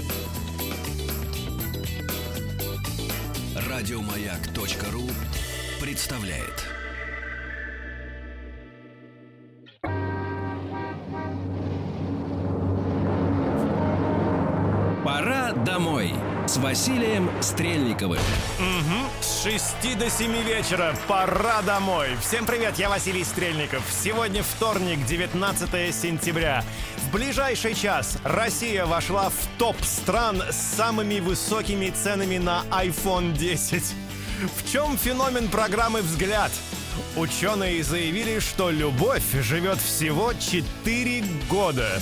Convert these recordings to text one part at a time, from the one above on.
Радиомаяк.ру представляет. Пора домой с Василием Стрельниковым. С 6 до 7 вечера пора домой. Всем привет, я Василий Стрельников. Сегодня вторник, 19 сентября. В ближайший час Россия вошла в топ стран с самыми высокими ценами на iPhone 10. В чем феномен программы «Взгляд»? Ученые заявили, что любовь живет всего 4 года.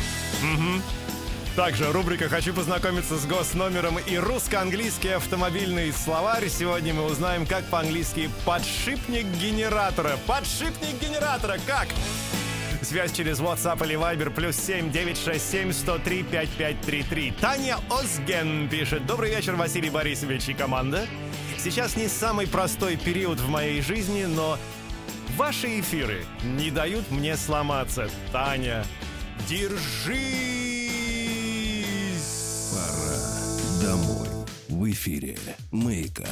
Также рубрика «Хочу познакомиться с госномером» и русско-английский автомобильный словарь. Сегодня мы узнаем, как по-английски подшипник генератора. Подшипник генератора как? Связь через WhatsApp или Viber +7 967 103 5533. Таня Озген пишет: «Добрый вечер, Василий Борисович и команда. Сейчас не самый простой период в моей жизни, но ваши эфиры не дают мне сломаться. Таня, держи!» Пора домой. В эфире Маяка.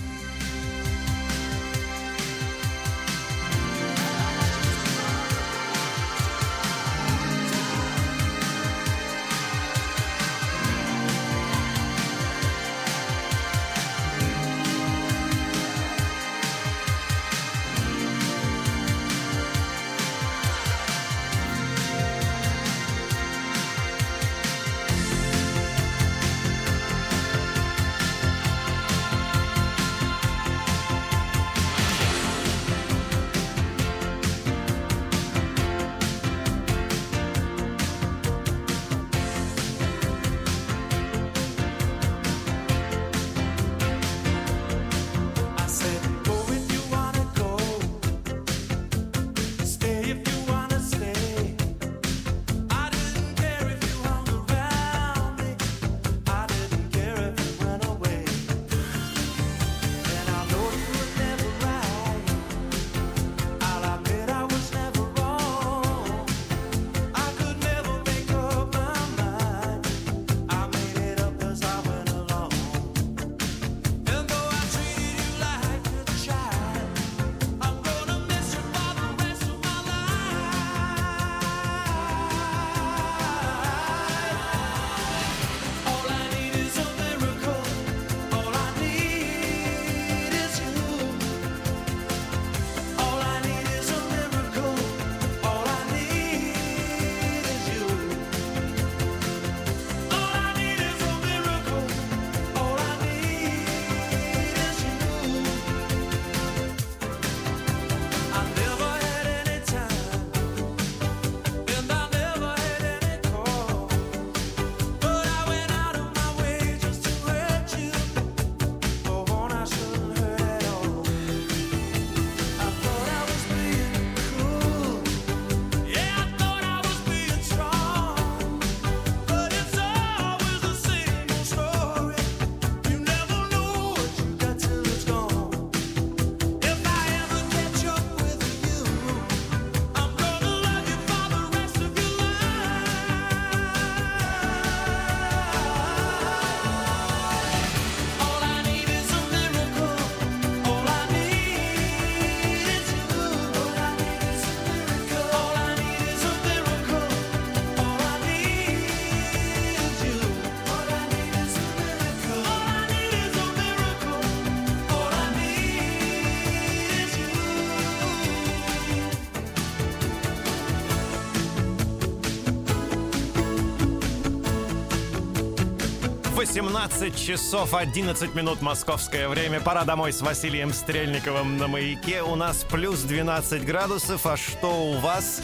В 18 часов 11 минут московское время. Пора домой с Василием Стрельниковым на Маяке. У нас плюс 12 градусов. А что у вас?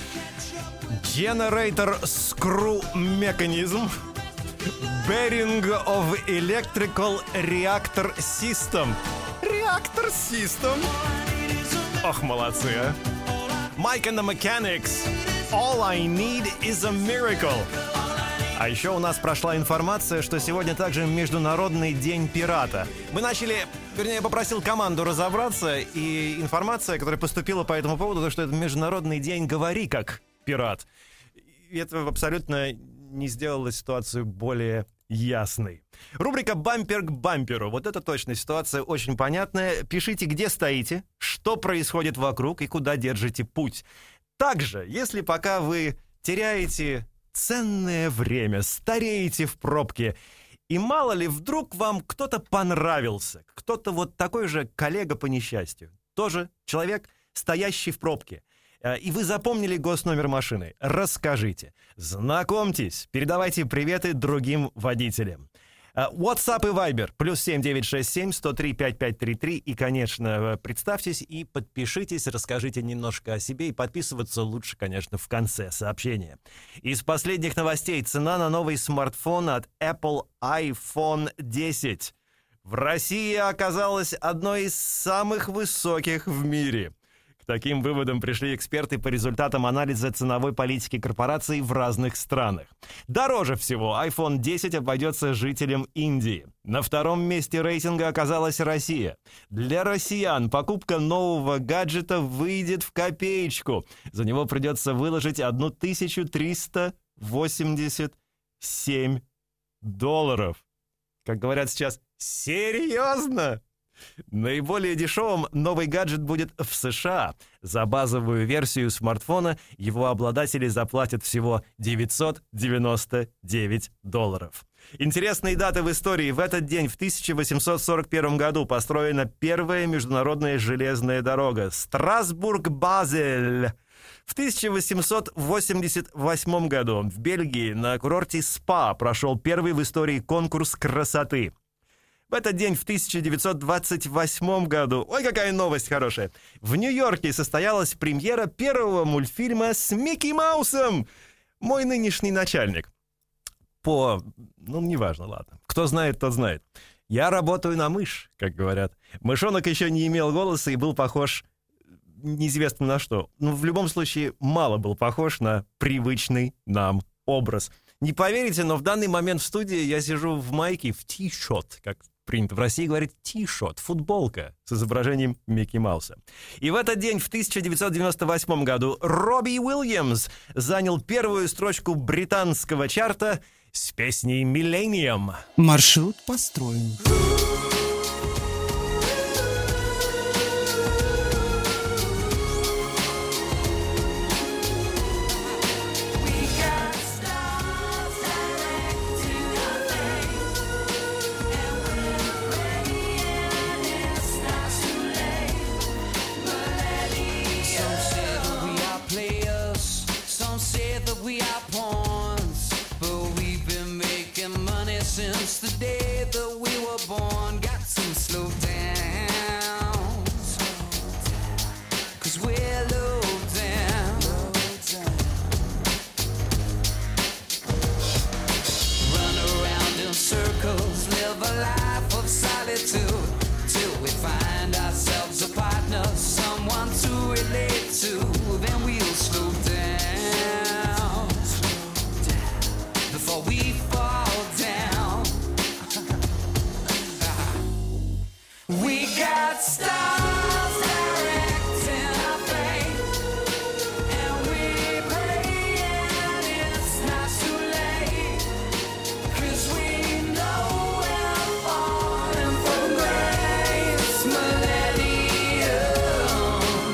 Generator Screw Mechanism. Bearing of Electrical Reactor System. Reactor System. Ох, молодцы, а. Mike and the Mechanics. All I need is a miracle. А еще у нас прошла информация, что сегодня также Международный день пирата. Я попросил команду разобраться, и информация, которая поступила по этому поводу, то, что это Международный день «Говори как пират». И это абсолютно не сделало ситуацию более ясный. Рубрика «Бампер к бамперу». Вот это точно ситуация очень понятная. Пишите, где стоите, что происходит вокруг и куда держите путь. Также, если пока вы теряете ценное время, стареете в пробке, и мало ли, вдруг вам кто-то понравился, кто-то вот такой же коллега по несчастью, тоже человек, стоящий в пробке, и вы запомнили госномер машины, расскажите, знакомьтесь, передавайте приветы другим водителям. WhatsApp и Viber, +7 967 103 5533. И, конечно, представьтесь и подпишитесь, расскажите немножко о себе. И подписываться лучше, конечно, в конце сообщения. Из последних новостей: цена на новый смартфон от Apple iPhone 10 в России оказалась одной из самых высоких в мире. К таким выводам пришли эксперты по результатам анализа ценовой политики корпораций в разных странах. Дороже всего iPhone 10 обойдется жителям Индии. На втором месте рейтинга оказалась Россия. Для россиян покупка нового гаджета выйдет в копеечку. За него придется выложить $1387. Как говорят сейчас, серьезно? Наиболее дешевым новый гаджет будет в США. За базовую версию смартфона его обладатели заплатят всего $999. Интересные даты в истории. В этот день, в 1841 году, построена первая международная железная дорога Страсбург-Базель. В 1888 году в Бельгии на курорте Спа прошел первый в истории конкурс красоты. В этот день, в 1928 году, ой, какая новость хорошая, в Нью-Йорке состоялась премьера первого мультфильма с Микки Маусом. Мой нынешний начальник. Неважно, ладно. Кто знает, тот знает. Я работаю на мышь, как говорят. Мышонок еще не имел голоса и был похож неизвестно на что. Но в любом случае мало был похож на привычный нам образ. Не поверите, но в данный момент в студии я сижу в майке, в ти-шот, как принято в России говорить, ти-шот, футболка с изображением Микки Мауса. И в этот день, в 1998 году, Робби Уильямс занял первую строчку британского чарта с песней «Millennium». Маршрут построен. Since the day that we were born, got to slow down, 'cause we're low down. Run around in circles, live a life of solitude, till we find ourselves a partner, someone to relate to, then we'll slow down, before we fall down. We got stars directing our fate, and we praying it's not too late, 'cause we know we're falling from grace. Millennium.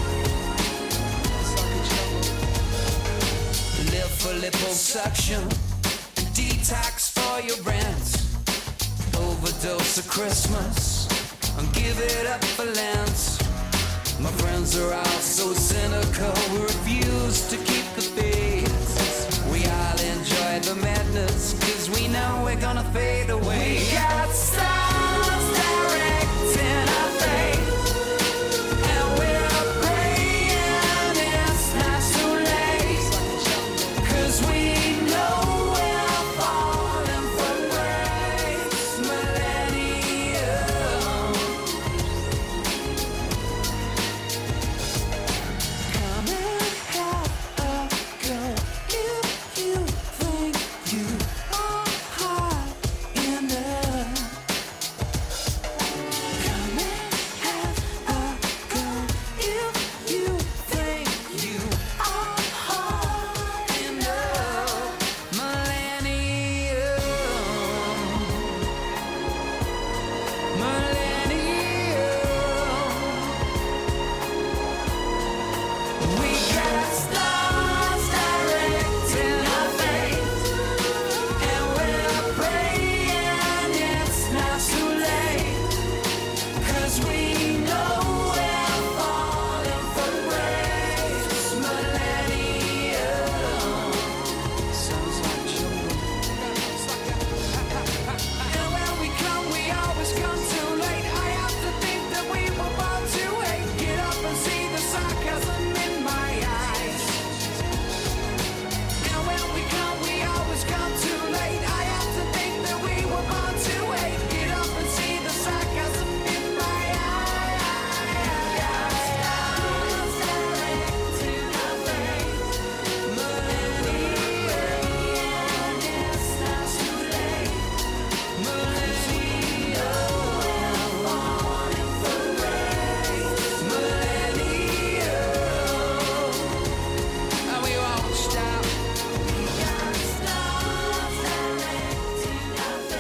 Live for liposuction, detox for your rent, overdose of Christmas, and give it up for Lent. My friends are all so cynical, we refuse to keep the faith. We all enjoy the madness, 'cause we know we're gonna fade away. We got stars directing our fate, and we're praying it's not too late, 'cause we know we're falling from grace. Millennium. Come and have a go if you think you are hot enough.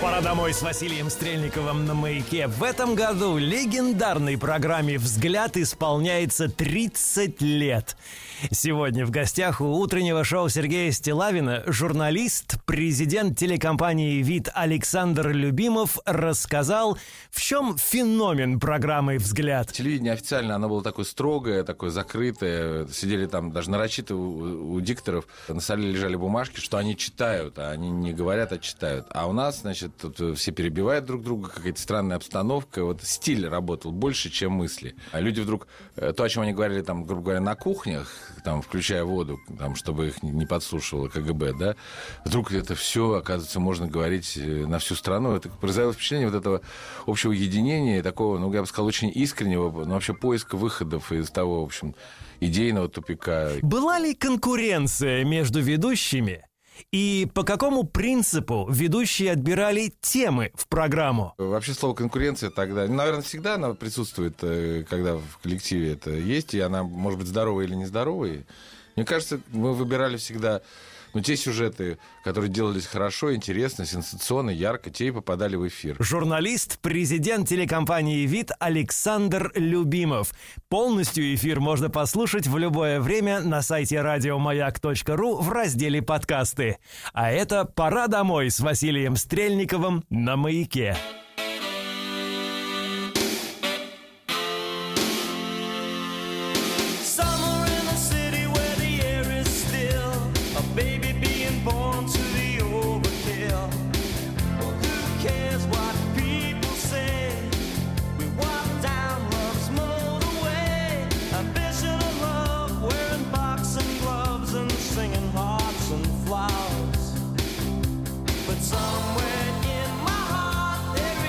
Пора домой с Василием Стрельниковым на «Маяке». В этом году легендарной программе «Взгляд» исполняется 30 лет. Сегодня в гостях у утреннего шоу Сергея Стиллавина журналист, президент телекомпании «Вид» Александр Любимов рассказал, в чем феномен программы «Взгляд». Телевидение официально, оно было такое строгое, такое закрытое. Сидели там даже нарочито у дикторов. На столе лежали бумажки, что они читают, а они не говорят, а читают. А у нас, значит, тут все перебивают друг друга, какая-то странная обстановка. Вот стиль работал больше, чем мысли. А люди вдруг, то, о чем они говорили, там, грубо говоря, на кухнях, там, включая воду, там, чтобы их не подслушивало КГБ, да, вдруг это все, оказывается, можно говорить на всю страну. Это произвело впечатление вот этого общего единения, такого, ну, я бы сказал, очень искреннего, но вообще поиска выходов из того, в общем, идейного тупика. Была ли конкуренция между ведущими? И по какому принципу ведущие отбирали темы в программу? Вообще слово «конкуренция» тогда, наверное, всегда она присутствует, когда в коллективе это есть, и она может быть здоровой или нездоровой. Мне кажется, мы выбирали всегда те сюжеты, которые делались хорошо, интересно, сенсационно, ярко, те и попадали в эфир. Журналист, президент телекомпании «Вид» Александр Любимов. Полностью эфир можно послушать в любое время на сайте радиомаяк.ру в разделе «Подкасты». А это «Пора домой» с Василием Стрельниковым на «Маяке». Somewhere in my heart there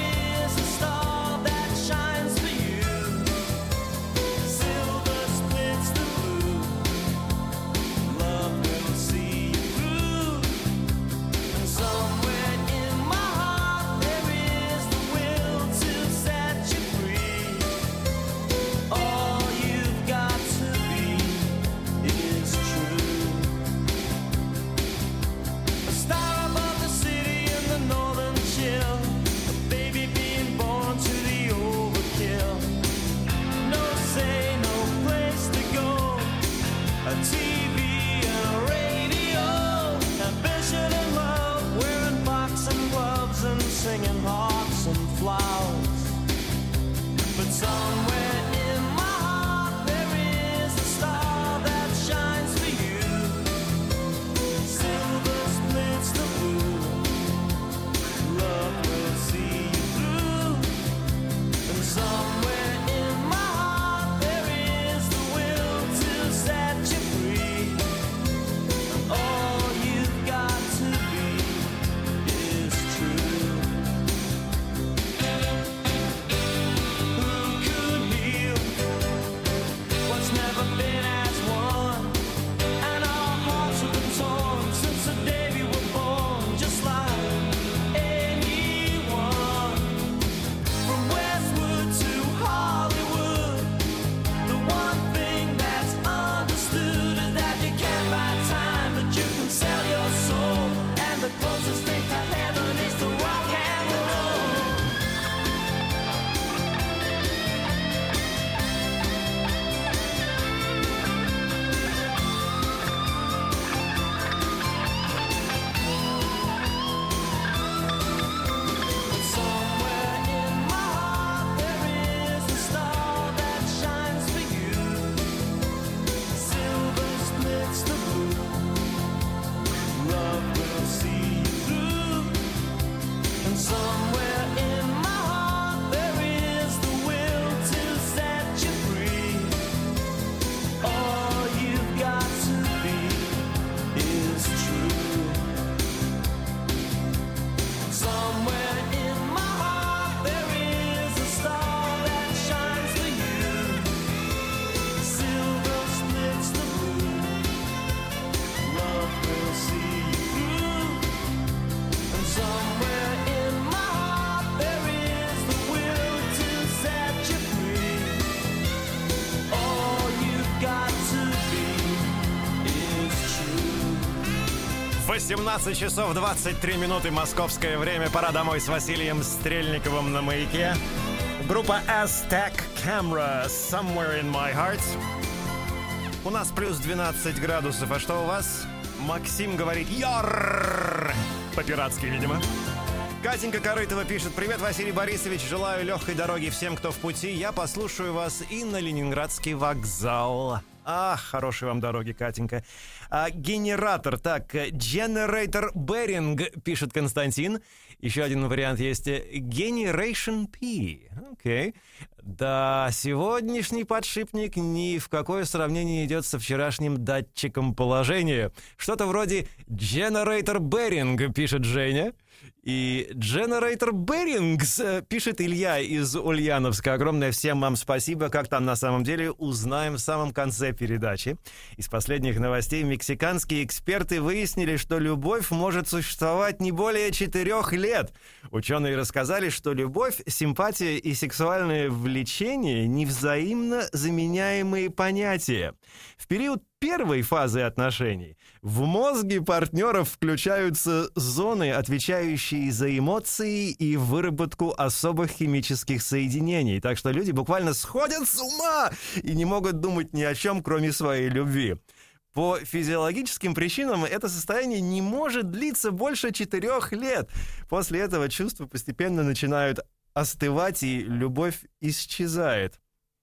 18 часов 23 минуты московское время. Пора домой с Василием Стрельниковым на Маяке. Группа Aztec Camera Somewhere in My Heart. У нас плюс 12 градусов. А что у вас? Максим говорит «Йоррррр». По-пиратски, видимо. Катенька Корытова пишет: «Привет, Василий Борисович. Желаю легкой дороги всем, кто в пути. Я послушаю вас и на Ленинградский вокзал». Хорошей вам дороги, Катенька. Генератор. Так, Generator Bearing, пишет Константин. Еще один вариант есть. Generation P. Окей. Да, сегодняшний подшипник ни в какое сравнение идет со вчерашним датчиком положения. Что-то вроде Generator Bearing, пишет Женя. И Generator Bearings, пишет Илья из Ульяновска. Огромное всем вам спасибо. Как там на самом деле, узнаем в самом конце передачи. Из последних новостей: мексиканские эксперты выяснили, что любовь может существовать не более 4 лет. Ученые рассказали, что любовь, симпатия и сексуальное влечение — невзаимно заменяемые понятия. В период первой фазы отношений в мозге партнеров включаются зоны, отвечающие за эмоции и выработку особых химических соединений. Так что люди буквально сходят с ума и не могут думать ни о чем, кроме своей любви. По физиологическим причинам это состояние не может длиться больше 4 лет. После этого чувства постепенно начинают остывать, и любовь исчезает.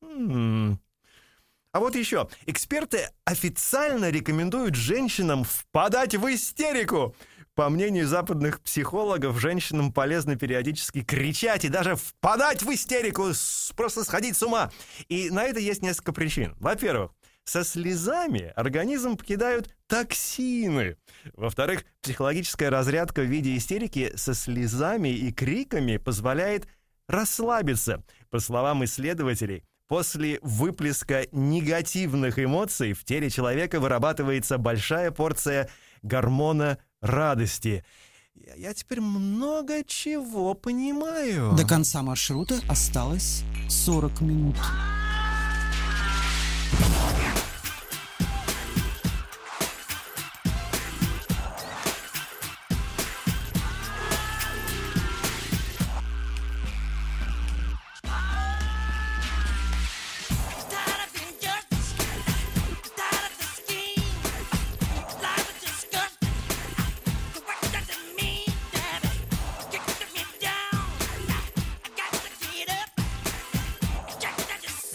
А вот еще. Эксперты официально рекомендуют женщинам впадать в истерику. По мнению западных психологов, женщинам полезно периодически кричать и даже впадать в истерику, просто сходить с ума. И на это есть несколько причин. Во-первых, со слезами организм покидают токсины. Во-вторых, психологическая разрядка в виде истерики со слезами и криками позволяет расслабиться. По словам исследователей, после выплеска негативных эмоций в теле человека вырабатывается большая порция гормона радости. Я теперь много чего понимаю. До конца маршрута осталось 40 минут. Just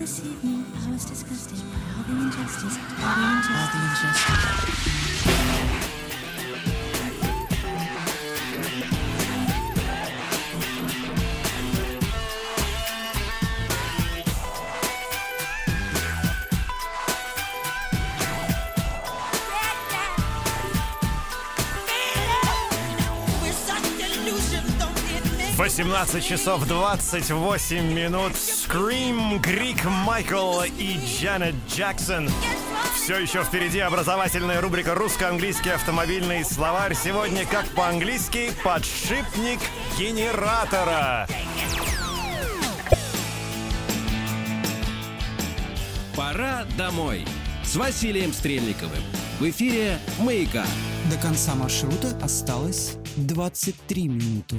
this evening I was disgusted by all the injustice, all the injustice. В 18 часов 28 минут Scream, Крик, Майкл и Джанет Джексон. Все еще впереди образовательная рубрика «Русско-английский автомобильный словарь». Сегодня, как по-английски, подшипник генератора. Пора домой с Василием Стрельниковым. В эфире «Маяка». До конца маршрута осталось 23 минуты.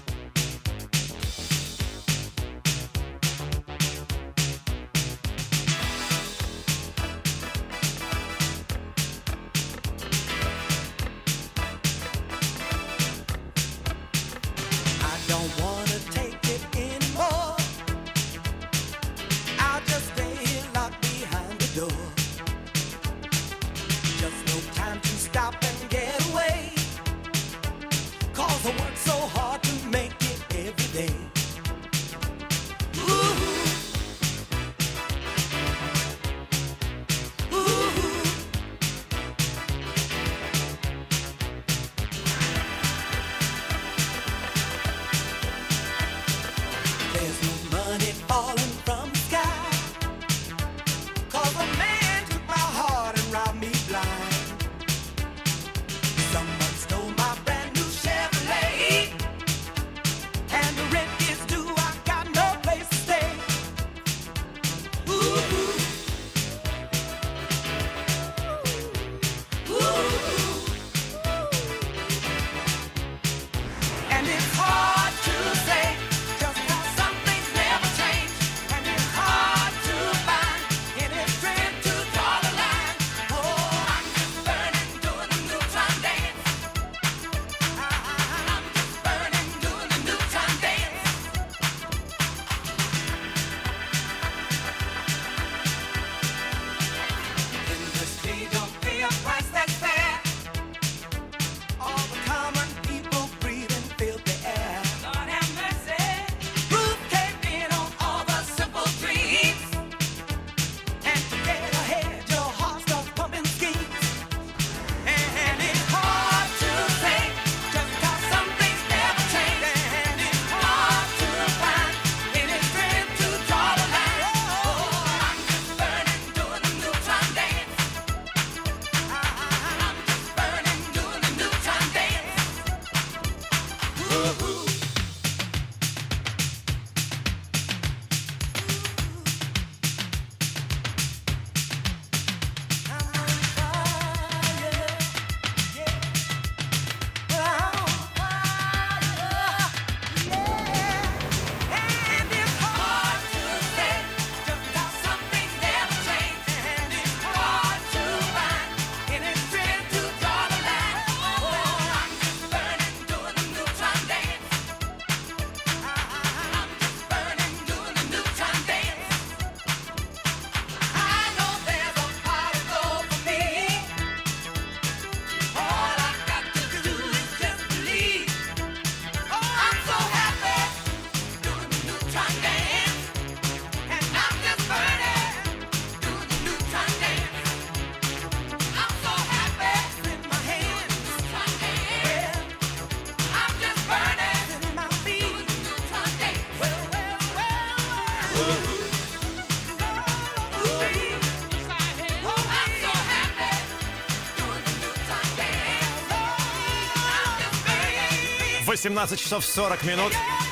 В 18 часов 40 минут.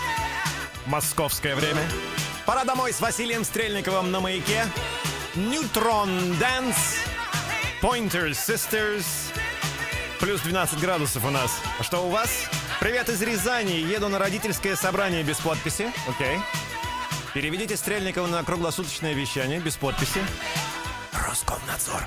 Московское время. Пора домой с Василием Стрельниковым на Маяке. Neutron Dance. Pointer Sisters. Плюс 12 градусов у нас. А что у вас? Привет из Рязани. Еду на родительское собрание без подписи. Окей. Переведите Стрельникова на круглосуточное вещание без подписи. Роскомнадзор.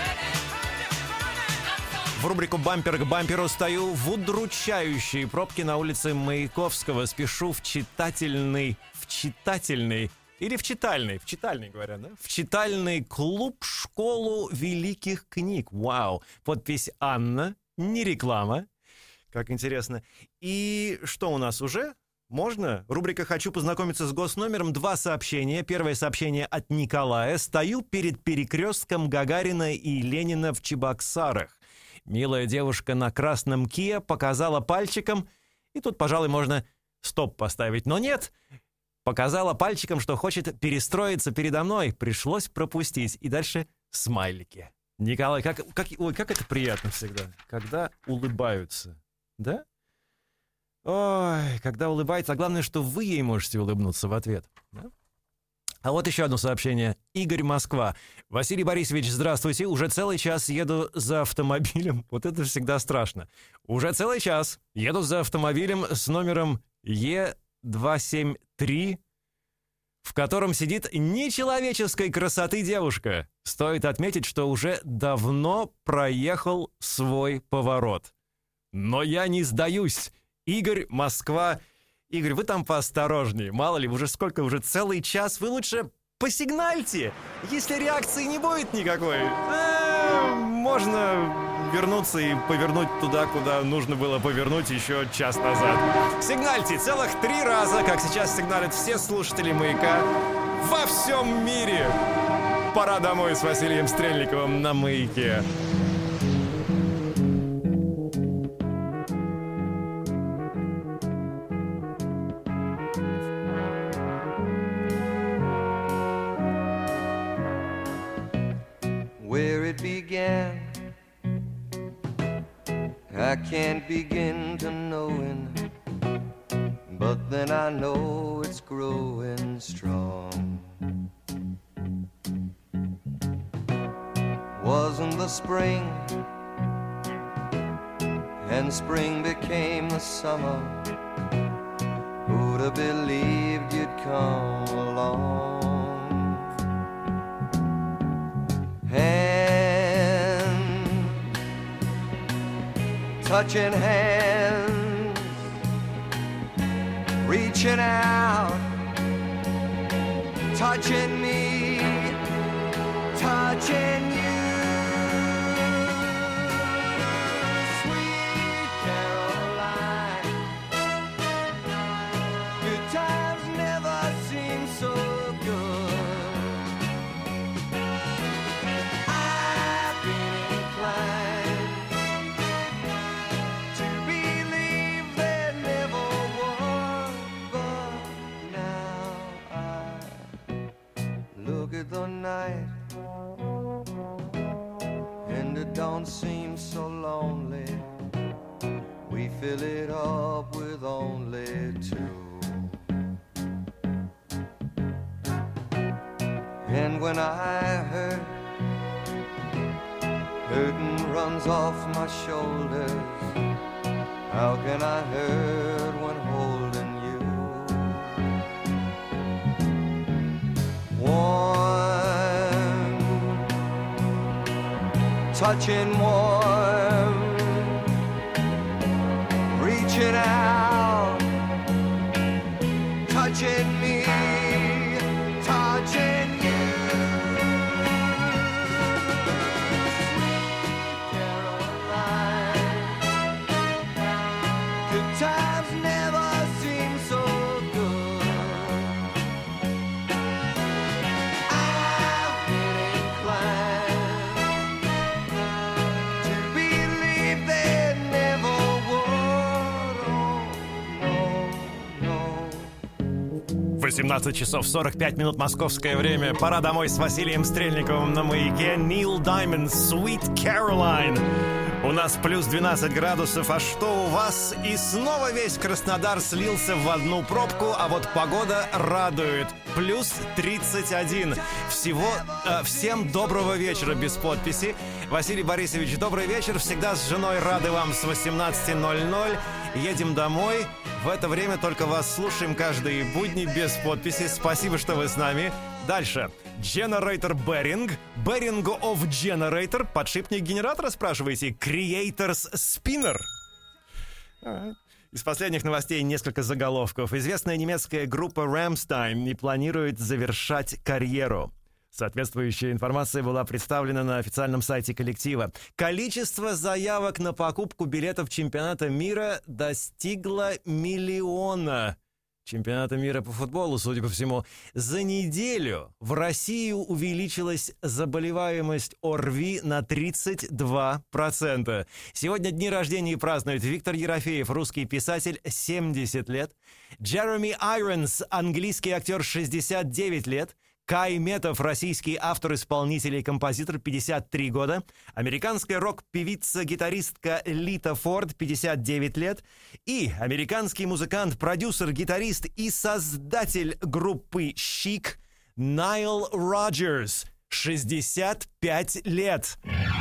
В рубрику «Бампер к бамперу» стою в удручающей пробке на улице Маяковского. Спешу в читательный Или в читальный говорят, да? В читальный клуб «Школу великих книг». Вау! Подпись Анна, не реклама. Как интересно. И что у нас уже? Можно? Рубрика «Хочу познакомиться с госномером». 2 сообщения. Первое сообщение от Николая. «Стою перед перекрестком Гагарина и Ленина в Чебоксарах. Милая девушка на красном Kia показала пальчиком». И тут, пожалуй, можно стоп поставить. Но нет. Показала пальчиком, что хочет перестроиться передо мной. Пришлось пропустить. И дальше смайлики. Николай, как это приятно всегда, когда улыбаются. Да? Ой, когда улыбается, а главное, что вы ей можете улыбнуться в ответ. Да? А вот еще одно сообщение. Игорь, Москва. Василий Борисович, здравствуйте. Уже целый час еду за автомобилем. Вот это всегда страшно. Уже целый час еду за автомобилем с номером Е273, в котором сидит нечеловеческой красоты девушка. Стоит отметить, что уже давно проехал свой поворот. Но я не сдаюсь. Игорь, Москва. Игорь, вы там поосторожнее. Мало ли, уже сколько, уже целый час. Вы лучше посигнальте. Если реакции не будет никакой, можно вернуться и повернуть туда, куда нужно было повернуть еще час назад. Сигнальте целых 3 раза, как сейчас сигналят все слушатели «Маяка» во всем мире. Пора домой с Василием Стрельниковым на «Маяке». I can't begin to knowing, but then I know it's growing strong. Wasn't the spring, and spring became the summer. Who'd have believed you'd come along? Touching hands, reaching out, touching me, touching you. Sweet Caroline, good times never seem so good. I've been inclined to believe there never was, but now I look at the night and it don't seem so lonely. We fill it up with only 2. And when I hurt, hurting runs off my shoulders. How can I hurt when holding you? Warm, touching warm, reaching out, touching me, touching you. Times never seem so good. I've been inclined to believe there never would. Oh, no, no. 18 часов 45 минут московское время. Пора домой с Василием Стрельниковым на «Маяке». Neil Diamond, Sweet Caroline. У нас плюс 12 градусов, а что у вас? И снова весь Краснодар слился в одну пробку, а вот погода радует. Плюс 31. Всем доброго вечера без подписи. Василий Борисович, добрый вечер. Всегда с женой рады вам с 18:00. Едем домой. В это время только вас слушаем каждые будни без подписи. Спасибо, что вы с нами. Дальше. Generator Bearing. Bearing of Generator. Подшипник генератора, спрашиваете? Creators Spinner. Из последних новостей несколько заголовков. Известная немецкая группа Rammstein не планирует завершать карьеру. Соответствующая информация была представлена на официальном сайте коллектива. Количество заявок на покупку билетов чемпионата мира достигло 1 миллиона. Чемпионата мира по футболу, судя по всему. За неделю в России увеличилась заболеваемость ОРВИ на 32%. Сегодня дни рождения празднуют Виктор Ерофеев, русский писатель, 70 лет. Джереми Айронс, английский актер, 69 лет. Кай Метов, российский автор-исполнитель и композитор, 53 года. Американская рок-певица-гитаристка Лита Форд, 59 лет. И американский музыкант, продюсер, гитарист и создатель группы Chic Найл Роджерс, 65 лет.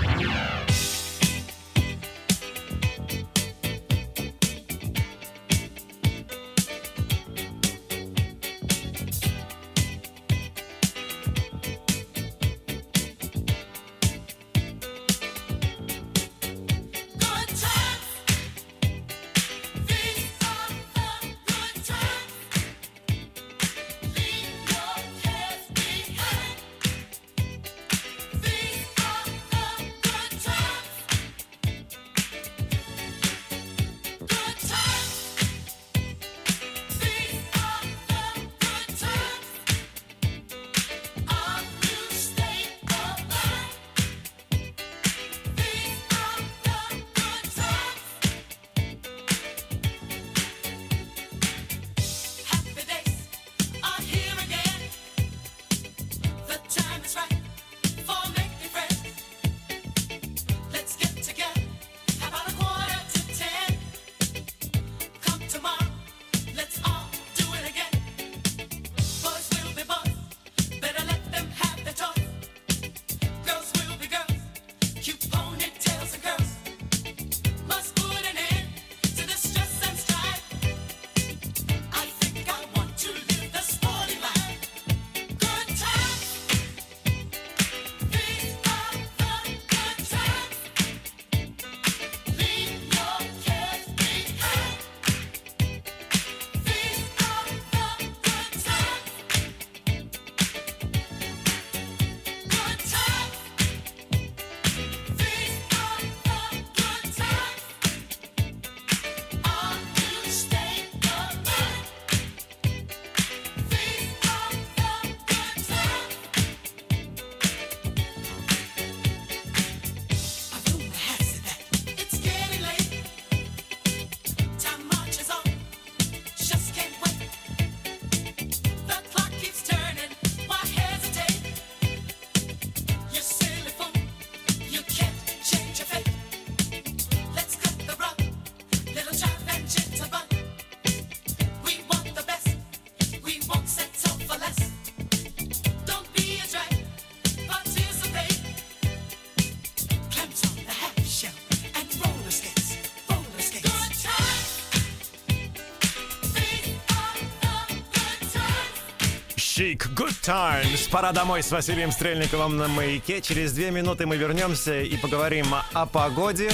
Chic, Good Times. Пора домой с Василием Стрельниковым на Маяке. Через 2 минуты мы вернемся и поговорим о погоде,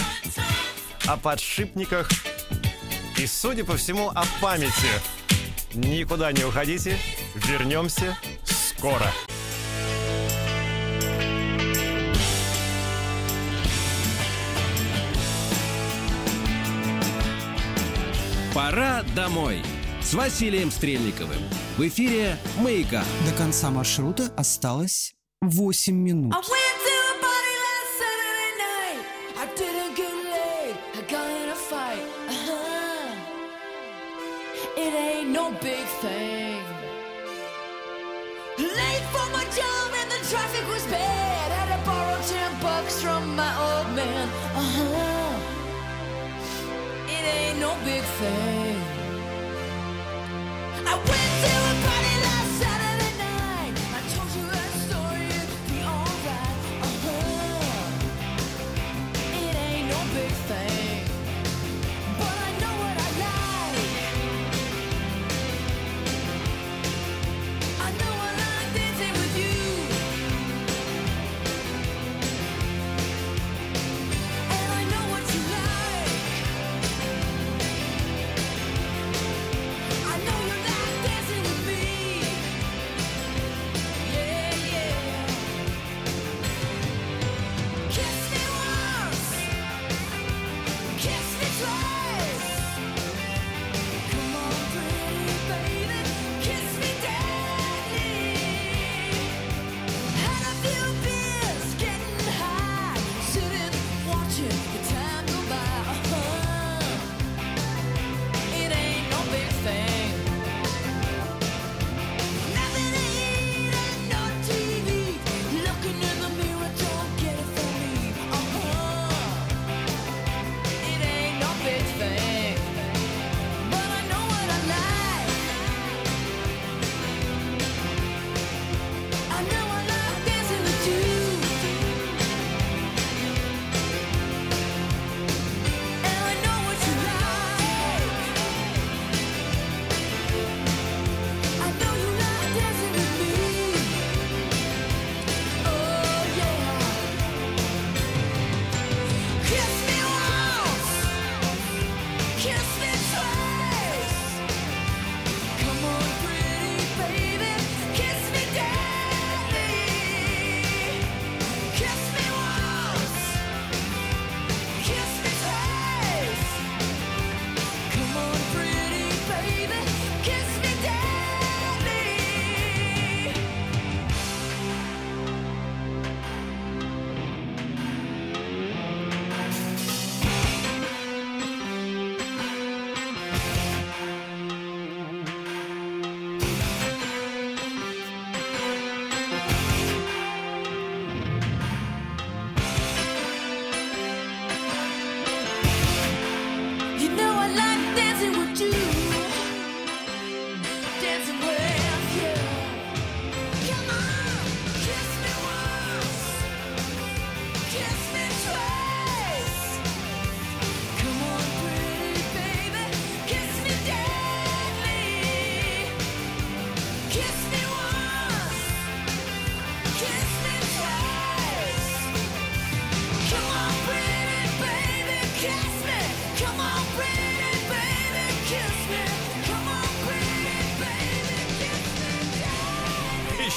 о подшипниках и, судя по всему, о памяти. Никуда не уходите. Вернемся скоро. Пора домой с Василием Стрельниковым. В эфире «Маяка». До конца маршрута осталось 8 минут. It ain't no big thing. Late for my job and the traffic was bad. Had to borrow $10 from my old man. It ain't no big thing. I went to a party last Saturday night. I told you that story, it'd be alright. It ain't no big thing, but I know what I like. I know I like dancing with you, and I know what you like.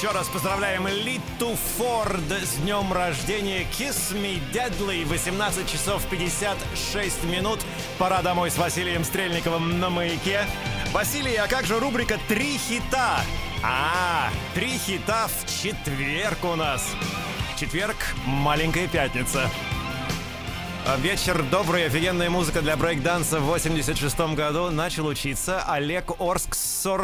Еще раз поздравляем Литу Форд с днем рождения. Kiss Me Deadly. 18 часов 56 минут. Пора домой с Василием Стрельниковым на Маяке. Василий, а как же рубрика «Три хита»? 3 хита в четверг у нас. Четверг, маленькая пятница. Вечер добрый, офигенная музыка для брейк-данса. В 86-м году начал учиться Олег Орск,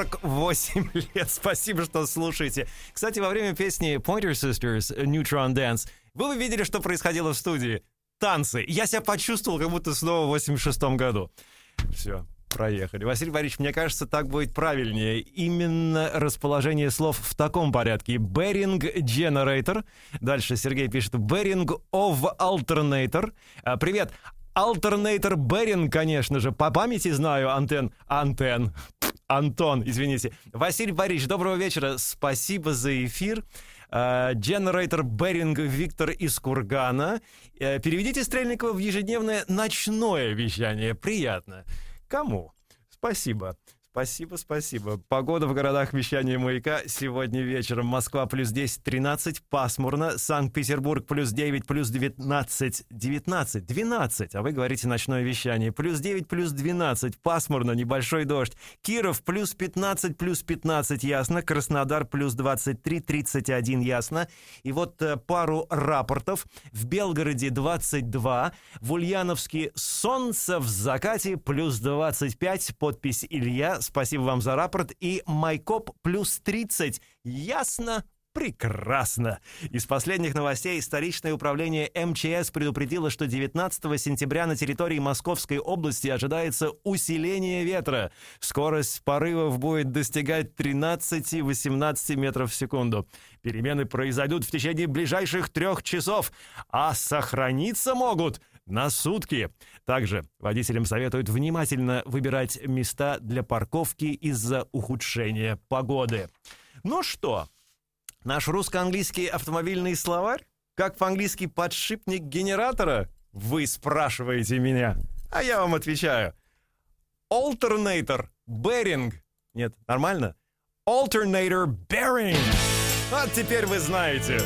48 лет. Спасибо, что слушаете. Кстати, во время песни Pointer Sisters Neutron Dance вы видели, что происходило в студии? Танцы. Я себя почувствовал, как будто снова в 86-м году. Все. Проехали. Василий Борисович, мне кажется, так будет правильнее. Именно расположение слов в таком порядке. Bearing Generator. Дальше Сергей пишет Bearing of Alternator. Привет. Alternator Bearing, конечно же. По памяти знаю Антон, извините. Василий Борисович, доброго вечера. Спасибо за эфир. Generator Bearing Виктор из Кургана. Переведите Стрельникова в ежедневное ночное вещание. Приятно. Кому? Спасибо. Спасибо. Погода в городах вещания Маяка сегодня вечером. Москва плюс 10, 13, пасмурно. Санкт-Петербург плюс 9, плюс 19, 12. А вы говорите ночное вещание. Плюс 9, плюс 12, пасмурно, небольшой дождь. Киров плюс 15, ясно. Краснодар плюс 23, 31, ясно. И вот пару рапортов. В Белгороде 22, в Ульяновске солнце в закате плюс 25, подпись Илья. Спасибо вам за рапорт. И Майкоп плюс 30. Ясно? Прекрасно. Из последних новостей столичное управление МЧС предупредило, что 19 сентября на территории Московской области ожидается усиление ветра. Скорость порывов будет достигать 13-18 метров в секунду. Перемены произойдут в течение ближайших 3 часов, а сохраниться могут на сутки. Также водителям советуют внимательно выбирать места для парковки из-за ухудшения погоды. Ну что, наш русско-английский автомобильный словарь? Как по-английски подшипник генератора? Вы спрашиваете меня, а я вам отвечаю. Alternator bearing. Нет, нормально? Alternator bearing. Вот теперь вы знаете.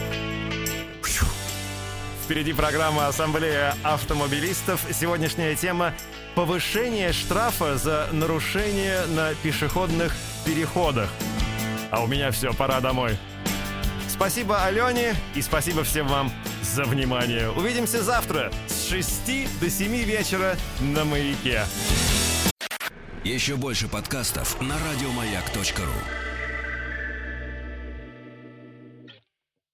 Впереди программа «Ассамблея автомобилистов». Сегодняшняя тема – повышение штрафа за нарушение на пешеходных переходах. А у меня все, пора домой. Спасибо Алене и спасибо всем вам за внимание. Увидимся завтра с 6 до 7 вечера на Маяке. Еще больше подкастов на радиомаяк.ру.